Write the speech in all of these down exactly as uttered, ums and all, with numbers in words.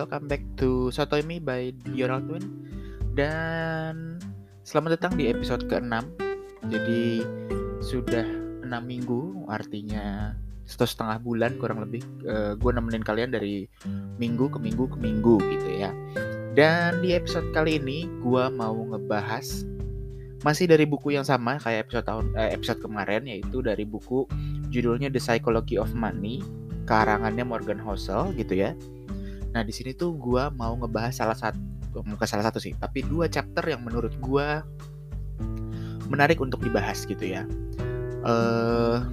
welcome back to Sotoy Me by Dion Altwin. Dan selamat datang di episode keenam. Jadi sudah enam minggu, artinya satu setengah bulan kurang lebih uh, gue nemenin kalian dari minggu ke minggu ke minggu gitu ya. Dan di episode kali ini gue mau ngebahas masih dari buku yang sama kayak episode tahun eh, episode kemarin, yaitu dari buku judulnya The Psychology of Money, karangannya Morgan Housel gitu ya. Nah di sini tuh gue mau ngebahas salah satu, bukan salah satu sih, tapi dua chapter yang menurut gue menarik untuk dibahas gitu ya. Uh,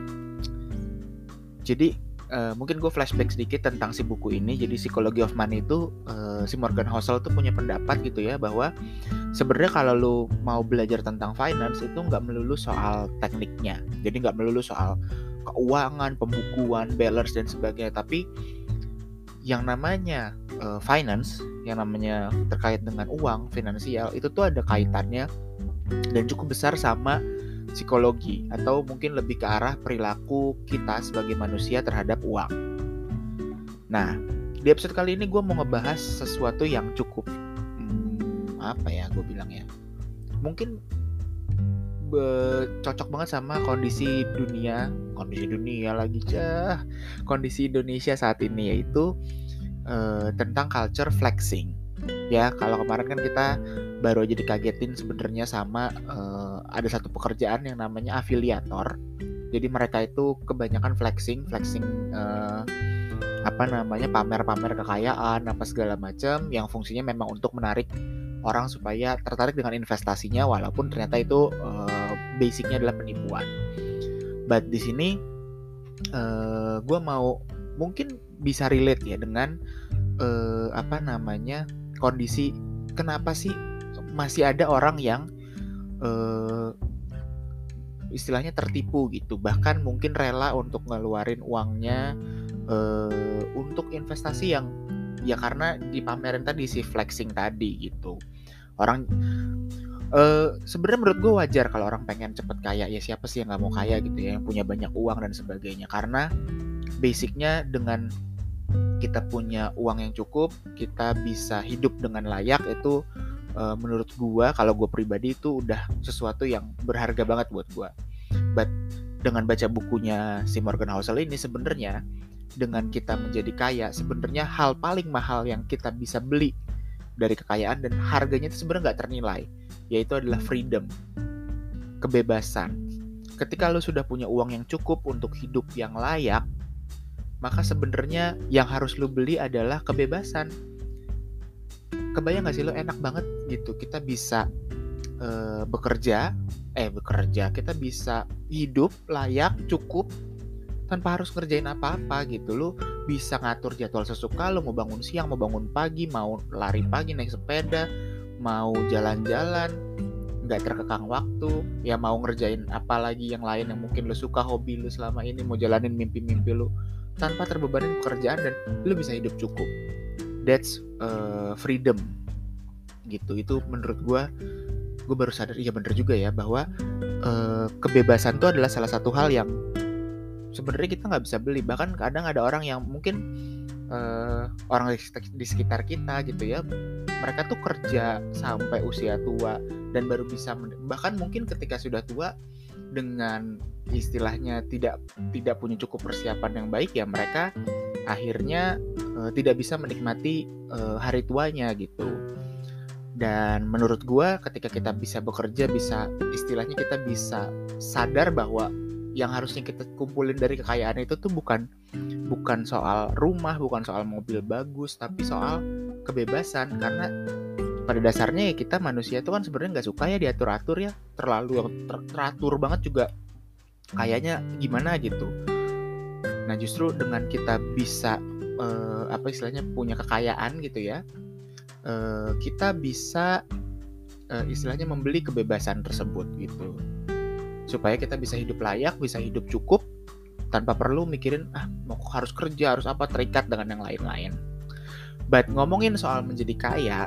jadi uh, mungkin gue flashback sedikit tentang si buku ini. Jadi Psychology of Money itu uh, si Morgan Housel tuh punya pendapat gitu ya, bahwa sebenarnya kalau lu mau belajar tentang finance itu nggak melulu soal tekniknya. Jadi nggak melulu soal keuangan, pembukuan, balance dan sebagainya, tapi yang namanya uh, finance, yang namanya terkait dengan uang, finansial, itu tuh ada kaitannya dan cukup besar sama psikologi, atau mungkin lebih ke arah perilaku kita sebagai manusia terhadap uang. Nah, di episode kali ini gue mau ngebahas sesuatu yang cukup hmm, apa ya gue bilang ya, mungkin Be, cocok banget sama kondisi dunia, kondisi dunia lagi cah, kondisi Indonesia saat ini, yaitu uh, tentang culture flexing. Ya, kalau kemarin kan kita baru aja dikagetin sebenarnya sama uh, ada satu pekerjaan yang namanya afiliator. Jadi mereka itu kebanyakan flexing, flexing uh, apa namanya pamer-pamer kekayaan apa segala macam, yang fungsinya memang untuk menarik orang supaya tertarik dengan investasinya, walaupun ternyata itu uh, basicnya adalah penipuan. But di sini uh, gue mau mungkin bisa relate ya dengan uh, apa namanya kondisi kenapa sih masih ada orang yang uh, istilahnya tertipu gitu, bahkan mungkin rela untuk ngeluarin uangnya uh, untuk investasi yang ya karena dipamerin tadi si flexing tadi gitu. Orang uh, sebenarnya menurut gue wajar kalau orang pengen cepet kaya, ya siapa sih yang nggak mau kaya gitu ya, yang punya banyak uang dan sebagainya. Karena basicnya dengan kita punya uang yang cukup, kita bisa hidup dengan layak. Itu uh, menurut gue, kalau gue pribadi itu udah sesuatu yang berharga banget buat gue. But dengan baca bukunya si Morgan Housel ini, sebenarnya dengan kita menjadi kaya, sebenarnya hal paling mahal yang kita bisa beli dari kekayaan dan harganya itu sebenarnya nggak ternilai, yaitu adalah freedom, kebebasan. Ketika lo sudah punya uang yang cukup untuk hidup yang layak, maka sebenarnya yang harus lo beli adalah kebebasan. Kebayang nggak sih lo, enak banget gitu kita bisa uh, bekerja, eh bekerja, kita bisa hidup layak, cukup, tanpa harus ngerjain apa-apa gitu. Lu bisa ngatur jadwal sesuka lu, mau bangun siang, mau bangun pagi, mau lari pagi, naik sepeda, mau jalan-jalan, nggak terkekang waktu, ya mau ngerjain apa lagi yang lain yang mungkin lu suka, hobi lu selama ini, mau jalanin mimpi-mimpi lu tanpa terbebanin pekerjaan, dan lu bisa hidup cukup. That's uh, freedom gitu. Itu menurut gue, gue baru sadar, iya bener juga ya, bahwa uh, kebebasan itu adalah salah satu hal yang sebenarnya kita nggak bisa beli. Bahkan kadang ada orang yang mungkin uh, orang di sekitar kita gitu ya, mereka tuh kerja sampai usia tua dan baru bisa men- bahkan mungkin ketika sudah tua dengan istilahnya tidak tidak punya cukup persiapan yang baik, ya mereka akhirnya uh, tidak bisa menikmati uh, hari tuanya gitu. Dan menurut gua, ketika kita bisa bekerja, bisa istilahnya kita bisa sadar bahwa yang harusnya kita kumpulin dari kekayaan itu tuh bukan bukan soal rumah, bukan soal mobil bagus, tapi soal kebebasan. Karena pada dasarnya ya kita manusia itu kan sebenarnya nggak suka ya diatur-atur ya, terlalu ter- teratur banget juga kayaknya gimana gitu. Nah justru dengan kita bisa uh, apa istilahnya punya kekayaan gitu ya, uh, kita bisa uh, istilahnya membeli kebebasan tersebut gitu, supaya kita bisa hidup layak, bisa hidup cukup, tanpa perlu mikirin ah mau harus kerja, harus apa, terikat dengan yang lain-lain. But ngomongin soal menjadi kaya,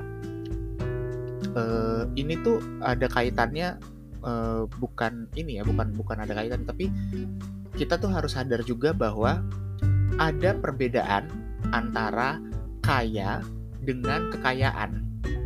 uh, ini tuh ada kaitannya, uh, bukan ini ya, bukan bukan ada kaitan, tapi kita tuh harus sadar juga bahwa ada perbedaan antara kaya dengan kekayaan.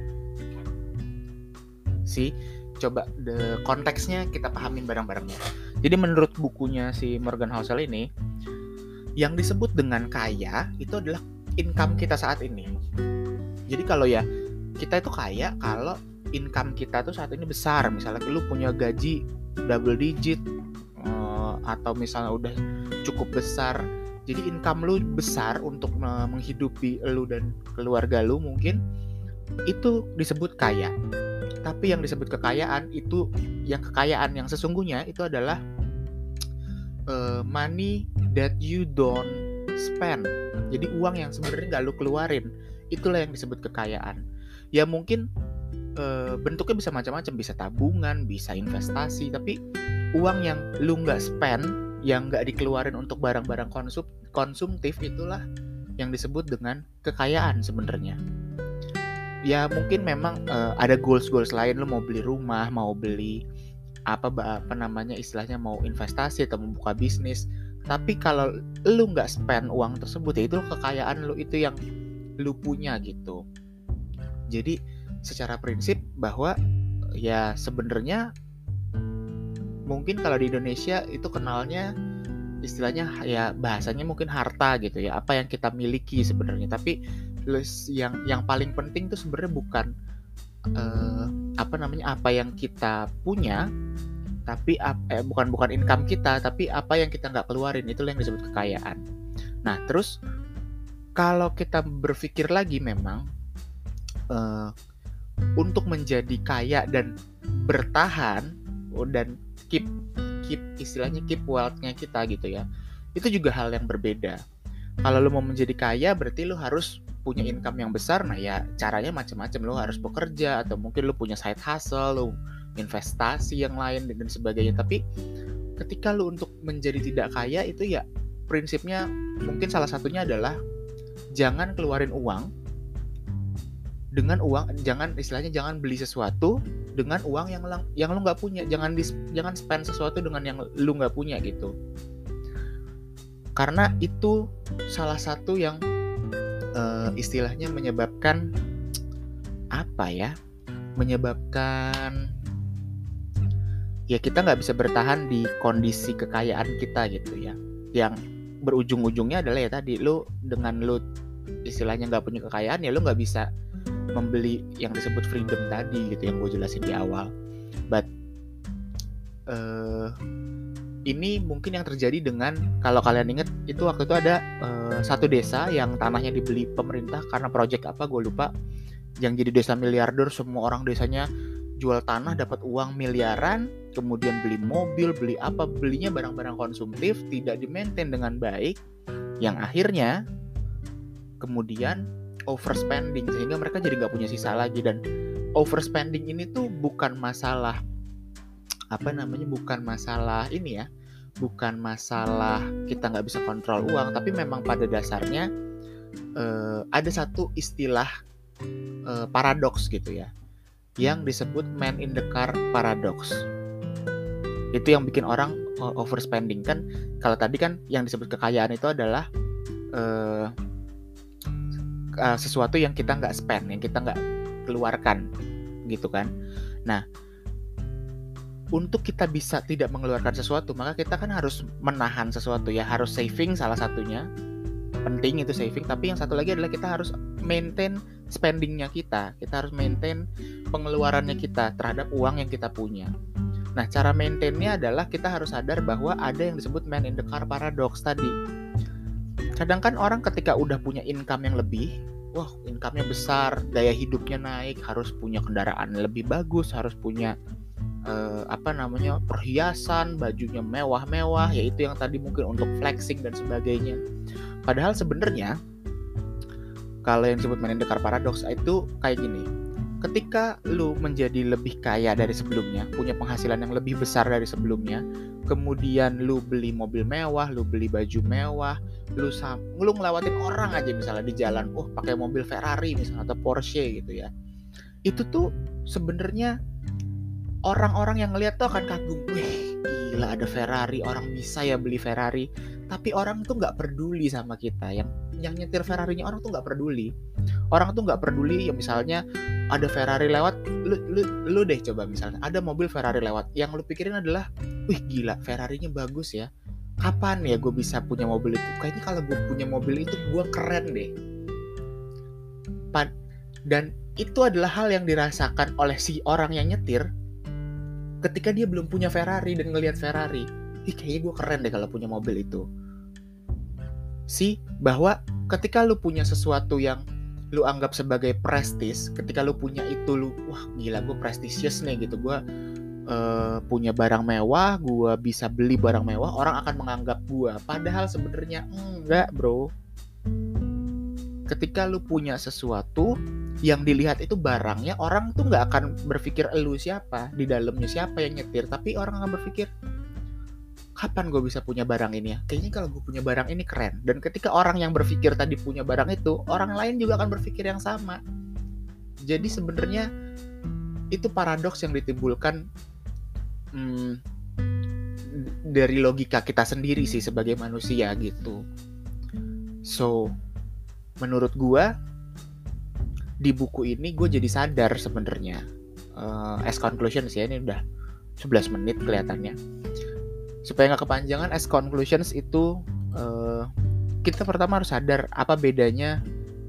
Si coba the konteksnya kita pahamin bareng-barengnya. Jadi menurut bukunya si Morgan Housel ini, yang disebut dengan kaya itu adalah income kita saat ini. Jadi kalau ya kita itu kaya kalau income kita tuh saat ini besar. Misalnya lu punya gaji double digit uh, atau misalnya udah cukup besar. Jadi income lu besar untuk uh, menghidupi lu dan keluarga lu mungkin, itu disebut kaya. Tapi yang disebut kekayaan itu, yang kekayaan yang sesungguhnya itu adalah uh, money that you don't spend. Jadi uang yang sebenarnya gak lu keluarin, itulah yang disebut kekayaan. Ya mungkin uh, bentuknya bisa macam-macam, bisa tabungan, bisa investasi. Tapi uang yang lu gak spend, yang gak dikeluarin untuk barang-barang konsum, konsumtif, itulah yang disebut dengan kekayaan sebenarnya. Ya mungkin memang uh, ada goals-goals lain, lu mau beli rumah, mau beli apa apa namanya istilahnya, mau investasi atau membuka bisnis. Tapi kalau lu nggak spend uang tersebut, ya itu kekayaan lu, itu yang lu punya gitu. Jadi secara prinsip bahwa ya sebenarnya mungkin kalau di Indonesia itu kenalnya istilahnya ya bahasanya mungkin harta gitu ya, apa yang kita miliki sebenarnya. Tapi yang yang paling penting tuh sebenarnya bukan uh, apa namanya apa yang kita punya, tapi eh, bukan bukan income kita, tapi apa yang kita nggak keluarin, itulah yang disebut kekayaan. Nah terus kalau kita berpikir lagi, memang uh, untuk menjadi kaya dan bertahan dan keep keep istilahnya keep wealth-nya kita gitu ya, itu juga hal yang berbeda. Kalau lu mau menjadi kaya berarti lu harus punya income yang besar. Nah ya caranya macam-macam, lu harus bekerja atau mungkin lu punya side hustle, lu investasi yang lain dan sebagainya. Tapi ketika lu untuk menjadi tidak kaya itu ya prinsipnya mungkin salah satunya adalah jangan keluarin uang dengan uang, jangan istilahnya jangan beli sesuatu dengan uang yang yang lu nggak punya. Jangan dis, jangan spend sesuatu dengan yang lu nggak punya gitu. Karena itu salah satu yang uh, istilahnya menyebabkan apa ya? Menyebabkan ya kita nggak bisa bertahan di kondisi kekayaan kita gitu ya. Yang berujung-ujungnya adalah ya tadi, lu dengan lu istilahnya nggak punya kekayaan, ya lu nggak bisa membeli yang disebut freedom tadi gitu yang gue jelasin di awal. But uh, ini mungkin yang terjadi dengan, kalau kalian ingat itu waktu itu ada uh, satu desa yang tanahnya dibeli pemerintah karena project apa gue lupa, yang jadi desa miliarder. Semua orang desanya jual tanah dapat uang miliaran, kemudian beli mobil, beli apa, belinya barang-barang konsumtif, tidak di-maintain dengan baik, yang akhirnya kemudian overspending sehingga mereka jadi nggak punya sisa lagi. Dan overspending ini tuh bukan masalah apa namanya bukan masalah ini ya bukan masalah kita nggak bisa kontrol uang, tapi memang pada dasarnya uh, ada satu istilah uh, paradoks gitu ya, yang disebut man in the car paradox. Itu yang bikin orang overspending. Kan kalau tadi kan yang disebut kekayaan itu adalah uh, uh, sesuatu yang kita nggak spend, yang kita nggak keluarkan gitu kan. Nah, untuk kita bisa tidak mengeluarkan sesuatu, maka kita kan harus menahan sesuatu ya, harus saving salah satunya. Penting itu saving, tapi yang satu lagi adalah kita harus maintain spendingnya kita. Kita harus maintain pengeluarannya kita terhadap uang yang kita punya. Nah, cara maintainnya adalah kita harus sadar bahwa ada yang disebut man in the car paradox tadi. Kadang kan orang ketika udah punya income yang lebih, wah income-nya besar, gaya hidupnya naik, harus punya kendaraan lebih bagus, harus punya Uh, apa namanya perhiasan, bajunya mewah-mewah, yaitu yang tadi mungkin untuk flexing dan sebagainya. Padahal sebenarnya kalau yang disebut man in the car paradox itu kayak gini. Ketika lu menjadi lebih kaya dari sebelumnya, punya penghasilan yang lebih besar dari sebelumnya, kemudian lu beli mobil mewah, lu beli baju mewah, lu sam- lu ngelewatin orang aja misalnya di jalan, oh pakai mobil Ferrari misalnya atau Porsche gitu ya. Itu tuh sebenarnya orang-orang yang ngeliat tuh akan kagum, wih gila ada Ferrari, orang bisa ya beli Ferrari. Tapi orang tuh nggak peduli sama kita. Yang yang nyetir Ferrarinya orang tuh nggak peduli. Orang tuh nggak peduli ya misalnya ada Ferrari lewat, lu, lu, lu deh coba misalnya ada mobil Ferrari lewat, yang lu pikirin adalah, wih gila Ferrarinya bagus ya, kapan ya gue bisa punya mobil itu? Kayaknya kalau gue punya mobil itu gue keren deh. Dan itu adalah hal yang dirasakan oleh si orang yang nyetir ketika dia belum punya Ferrari dan ngelihat Ferrari. Ih kayaknya gue keren deh kalau punya mobil itu. Si bahwa ketika lu punya sesuatu yang lu anggap sebagai prestis, ketika lu punya itu lu wah gila gue prestisius nih gitu, gue uh, punya barang mewah, gue bisa beli barang mewah, orang akan menganggap gue. Padahal sebenarnya enggak bro. Ketika lu punya sesuatu yang dilihat itu barangnya, orang tuh nggak akan berpikir elu siapa, di dalamnya siapa yang nyetir, tapi orang akan berpikir kapan gue bisa punya barang ini ya, kayaknya kalau gue punya barang ini keren. Dan ketika orang yang berpikir tadi punya barang itu, orang lain juga akan berpikir yang sama. Jadi sebenarnya itu paradoks yang ditimbulkan hmm, dari logika kita sendiri sih sebagai manusia gitu. So menurut gue di buku ini gue jadi sadar sebenarnya uh, as conclusions ya, ini udah sebelas menit kelihatannya. Supaya nggak kepanjangan, as conclusions itu uh, kita pertama harus sadar apa bedanya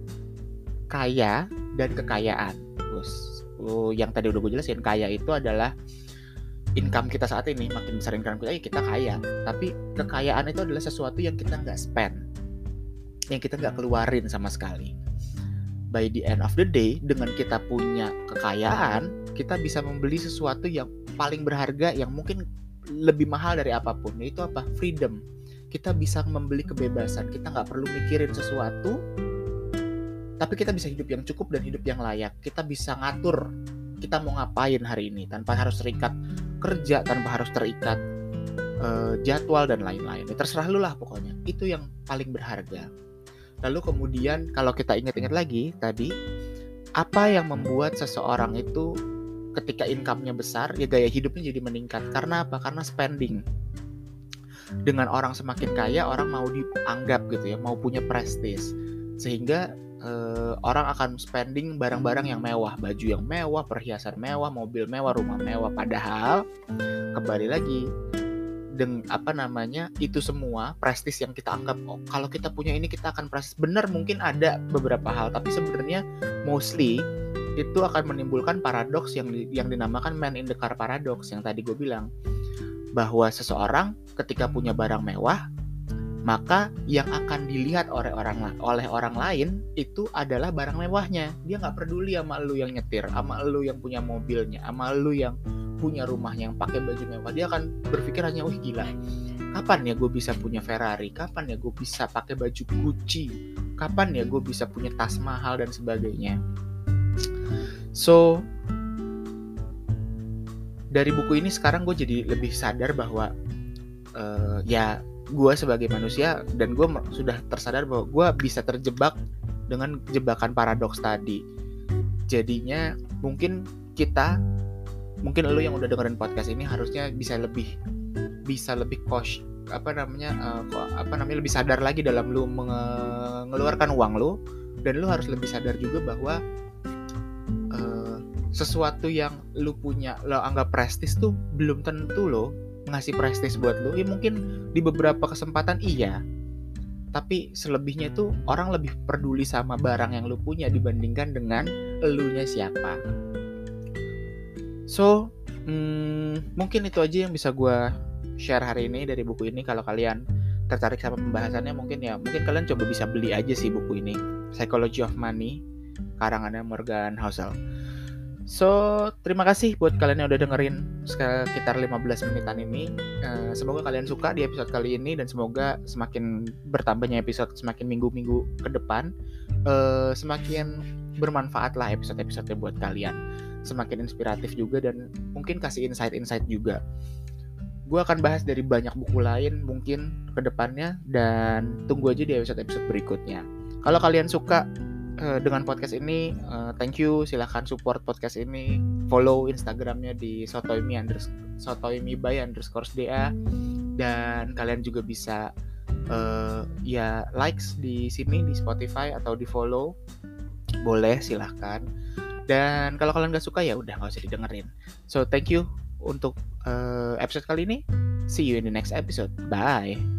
kaya dan kekayaan. Terus uh, yang tadi udah gue jelasin, kaya itu adalah income kita saat ini, makin besar income kita, ya kita kaya. Tapi kekayaan itu adalah sesuatu yang kita nggak spend, yang kita nggak keluarin sama sekali. By the end of the day, dengan kita punya kekayaan, kita bisa membeli sesuatu yang paling berharga, yang mungkin lebih mahal dari apapun. Itu apa? Freedom. Kita bisa membeli kebebasan. Kita nggak perlu mikirin sesuatu, tapi kita bisa hidup yang cukup dan hidup yang layak. Kita bisa ngatur kita mau ngapain hari ini tanpa harus terikat kerja, tanpa harus terikat uh, jadwal dan lain-lain. Ya, terserah lu lah pokoknya. Itu yang paling berharga. Lalu kemudian kalau kita ingat-ingat lagi tadi, apa yang membuat seseorang itu ketika income-nya besar, ya gaya hidupnya jadi meningkat. Karena apa? Karena spending. Dengan orang semakin kaya, orang mau dianggap gitu ya, mau punya prestis. Sehingga eh, orang akan spending barang-barang yang mewah, baju yang mewah, perhiasan mewah, mobil mewah, rumah mewah. Padahal kembali lagi, dengan apa namanya itu semua prestis yang kita anggap, oh kalau kita punya ini kita akan prestis. Benar, mungkin ada beberapa hal, tapi sebenarnya mostly itu akan menimbulkan paradoks yang di, yang dinamakan man in the car paradox yang tadi gue bilang, bahwa seseorang ketika punya barang mewah, maka yang akan dilihat oleh orang oleh orang lain itu adalah barang mewahnya. Dia nggak peduli sama lu yang nyetir, sama lu yang punya mobilnya, sama lu yang punya rumah yang pakai baju mewah. Dia akan berpikir hanya, wih gila, kapan ya gue bisa punya Ferrari, kapan ya gue bisa pakai baju Gucci, kapan ya gue bisa punya tas mahal dan sebagainya. So dari buku ini sekarang gue jadi lebih sadar bahwa uh, ya gue sebagai manusia, dan gue sudah tersadar bahwa gue bisa terjebak dengan jebakan paradoks tadi. Jadinya mungkin kita Mungkin lo yang udah dengerin podcast ini harusnya bisa lebih bisa lebih coach apa namanya uh, apa namanya lebih sadar lagi dalam lo mengeluarkan uang lo, dan lo harus lebih sadar juga bahwa uh, sesuatu yang lo punya lo anggap prestis tuh belum tentu lo ngasih prestis buat lo. Ya mungkin di beberapa kesempatan iya, tapi selebihnya itu orang lebih peduli sama barang yang lo punya dibandingkan dengan elunya siapa. So, hmm, mungkin itu aja yang bisa gue share hari ini dari buku ini. Kalau kalian tertarik sama pembahasannya, mungkin ya mungkin kalian coba bisa beli aja sih buku ini, Psychology of Money, karangannya Morgan Housel. So, terima kasih buat kalian yang udah dengerin sekitar lima belas menitan ini. uh, Semoga kalian suka di episode kali ini, dan semoga semakin bertambahnya episode semakin minggu-minggu ke depan, uh, semakin bermanfaat lah episode-episode buat kalian, semakin inspiratif juga, dan mungkin kasih insight-insight juga. Gue akan bahas dari banyak buku lain mungkin ke depannya, dan tunggu aja di episode-episode berikutnya. Kalau kalian suka uh, dengan podcast ini, uh, thank you, silahkan support podcast ini, follow Instagramnya di sotoimi underscore sotoimi by underscore da, dan kalian juga bisa uh, ya likes di sini di Spotify atau di follow, boleh silahkan. Dan kalau kalian gak suka ya udah nggak usah didengerin. So thank you untuk uh, episode kali ini. See you in the next episode. Bye.